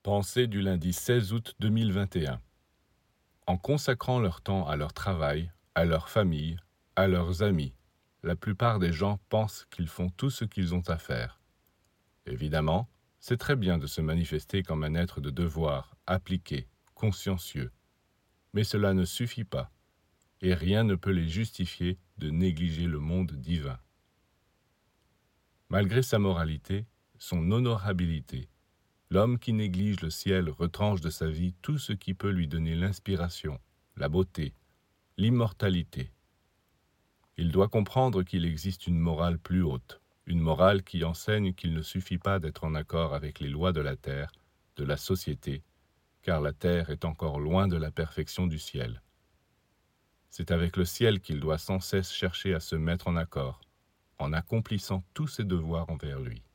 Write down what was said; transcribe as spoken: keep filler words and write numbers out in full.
Pensée du lundi seize août deux mille vingt et un. En consacrant leur temps à leur travail, à leur famille, à leurs amis, la plupart des gens pensent qu'ils font tout ce qu'ils ont à faire. Évidemment, c'est très bien de se manifester comme un être de devoir, appliqué, consciencieux. Mais cela ne suffit pas, et rien ne peut les justifier de négliger le monde divin. Malgré sa moralité, son honorabilité, l'homme qui néglige le ciel retranche de sa vie tout ce qui peut lui donner l'inspiration, la beauté, l'immortalité. Il doit comprendre qu'il existe une morale plus haute, une morale qui enseigne qu'il ne suffit pas d'être en accord avec les lois de la terre, de la société, car la terre est encore loin de la perfection du ciel. C'est avec le ciel qu'il doit sans cesse chercher à se mettre en accord, en accomplissant tous ses devoirs envers lui.